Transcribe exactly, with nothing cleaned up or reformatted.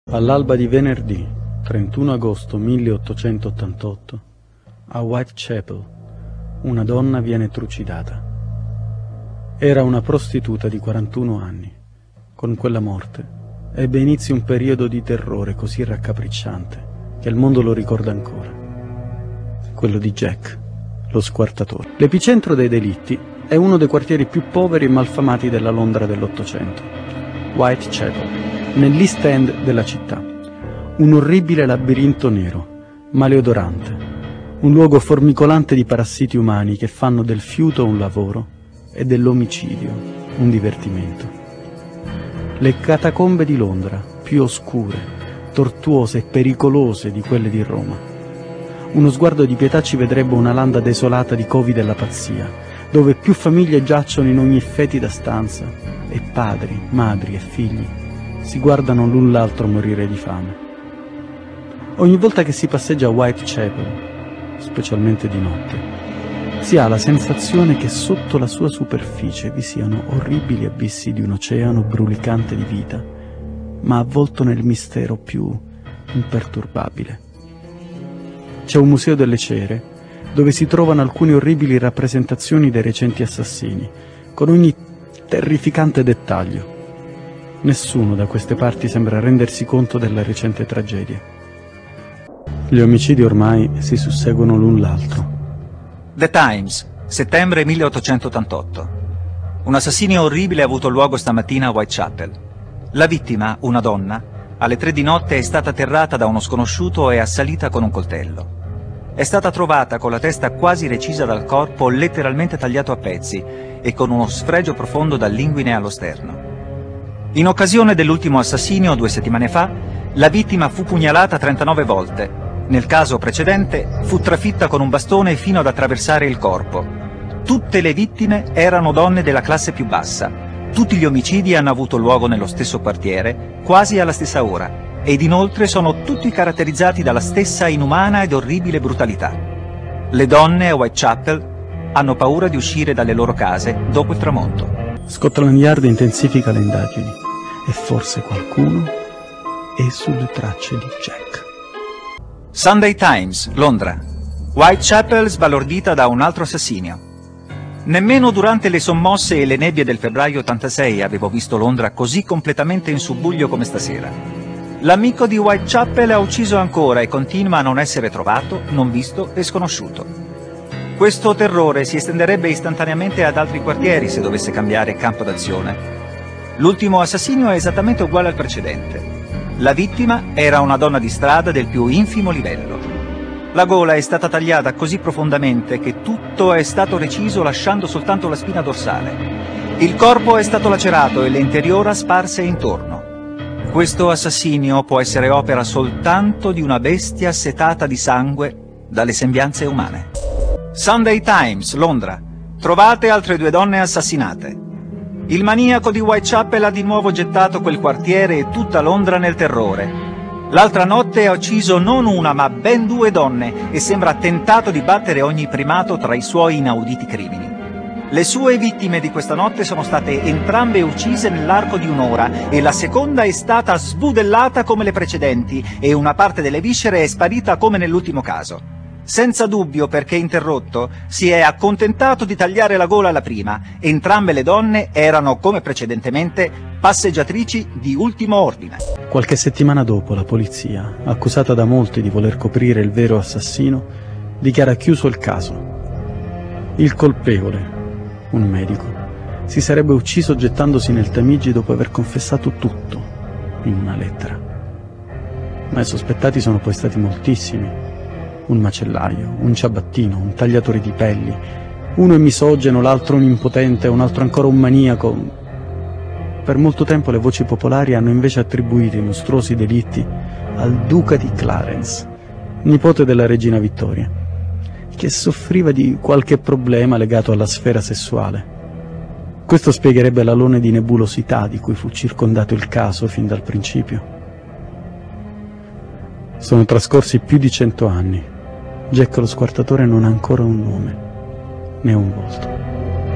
All'alba di venerdì, trentuno agosto milleottocentottantotto, a Whitechapel, una donna viene trucidata. Era una prostituta di quarantuno anni. Con quella morte ebbe inizio un periodo di terrore così raccapricciante che il mondo lo ricorda ancora. Quello di Jack, lo squartatore. L'epicentro dei delitti è uno dei quartieri più poveri e malfamati della Londra dell'Ottocento, Whitechapel, nell'East End della città. Un orribile labirinto nero, maleodorante, un luogo formicolante di parassiti umani che fanno del fiuto un lavoro e dell'omicidio un divertimento. Le catacombe di Londra, più oscure, tortuose e pericolose di quelle di Roma. Uno sguardo di pietà ci vedrebbe una landa desolata di covi della pazzia, dove più famiglie giacciono in ogni fetida stanza e padri, madri e figli si guardano l'un l'altro morire di fame. Ogni volta che si passeggia a Whitechapel, specialmente di notte, si ha la sensazione che sotto la sua superficie vi siano orribili abissi di un oceano brulicante di vita, ma avvolto nel mistero più imperturbabile. C'è un museo delle cere, dove si trovano alcune orribili rappresentazioni dei recenti assassini, con ogni terrificante dettaglio. Nessuno da queste parti sembra rendersi conto della recente tragedia. Gli omicidi ormai si susseguono l'un l'altro. The Times, settembre milleottocentottantotto. Un assassinio orribile ha avuto luogo stamattina a Whitechapel. La vittima, una donna, alle tre di notte è stata atterrata da uno sconosciuto e assalita con un coltello. È stata trovata con la testa quasi recisa dal corpo, letteralmente tagliato a pezzi e con uno sfregio profondo dall'inguine allo sterno. In occasione dell'ultimo assassinio, due settimane fa, la vittima fu pugnalata trentanove volte. Nel caso precedente fu trafitta con un bastone fino ad attraversare il corpo. Tutte le vittime erano donne della classe più bassa. Tutti gli omicidi hanno avuto luogo nello stesso quartiere, quasi alla stessa ora, ed inoltre sono tutti caratterizzati dalla stessa inumana ed orribile brutalità. Le donne a Whitechapel hanno paura di uscire dalle loro case dopo il tramonto. Scotland Yard intensifica le indagini e forse qualcuno è sulle tracce di Jack. Sunday Times, Londra. Whitechapel sbalordita da un altro assassinio. Nemmeno durante le sommosse e le nebbie del febbraio ottantasei avevo visto Londra così completamente in subbuglio come stasera. L'amico di Whitechapel ha ucciso ancora e continua a non essere trovato, non visto e sconosciuto. Questo terrore si estenderebbe istantaneamente ad altri quartieri se dovesse cambiare campo d'azione. L'ultimo assassinio è esattamente uguale al precedente. La vittima era una donna di strada del più infimo livello. La gola è stata tagliata così profondamente che tutto è stato reciso lasciando soltanto la spina dorsale. Il corpo è stato lacerato e le interiora sparse intorno. Questo assassinio può essere opera soltanto di una bestia assetata di sangue dalle sembianze umane. Sunday Times, Londra. Trovate altre due donne assassinate. Il maniaco di Whitechapel ha di nuovo gettato quel quartiere e tutta Londra nel terrore. L'altra notte ha ucciso non una ma ben due donne e sembra tentato di battere ogni primato tra i suoi inauditi crimini. Le sue vittime di questa notte sono state entrambe uccise nell'arco di un'ora e la seconda è stata sbudellata come le precedenti e una parte delle viscere è sparita come nell'ultimo caso. Senza dubbio, perché interrotto, si è accontentato di tagliare la gola alla prima. Entrambe le donne erano, come precedentemente, passeggiatrici di ultimo ordine. Qualche settimana dopo, la polizia, accusata da molti di voler coprire il vero assassino, dichiara chiuso il caso. Il colpevole, un medico, si sarebbe ucciso gettandosi nel Tamigi dopo aver confessato tutto in una lettera. Ma i sospettati sono poi stati moltissimi. Un macellaio, un ciabattino, un tagliatore di pelli, uno è misogeno, l'altro un impotente, un altro ancora un maniaco. Per molto tempo le voci popolari hanno invece attribuito i mostruosi delitti al duca di Clarence, nipote della regina Vittoria, che soffriva di qualche problema legato alla sfera sessuale. Questo spiegherebbe l'alone di nebulosità di cui fu circondato il caso fin dal principio. Sono trascorsi più di cento anni. Jack lo squartatore non ha ancora un nome, né un volto.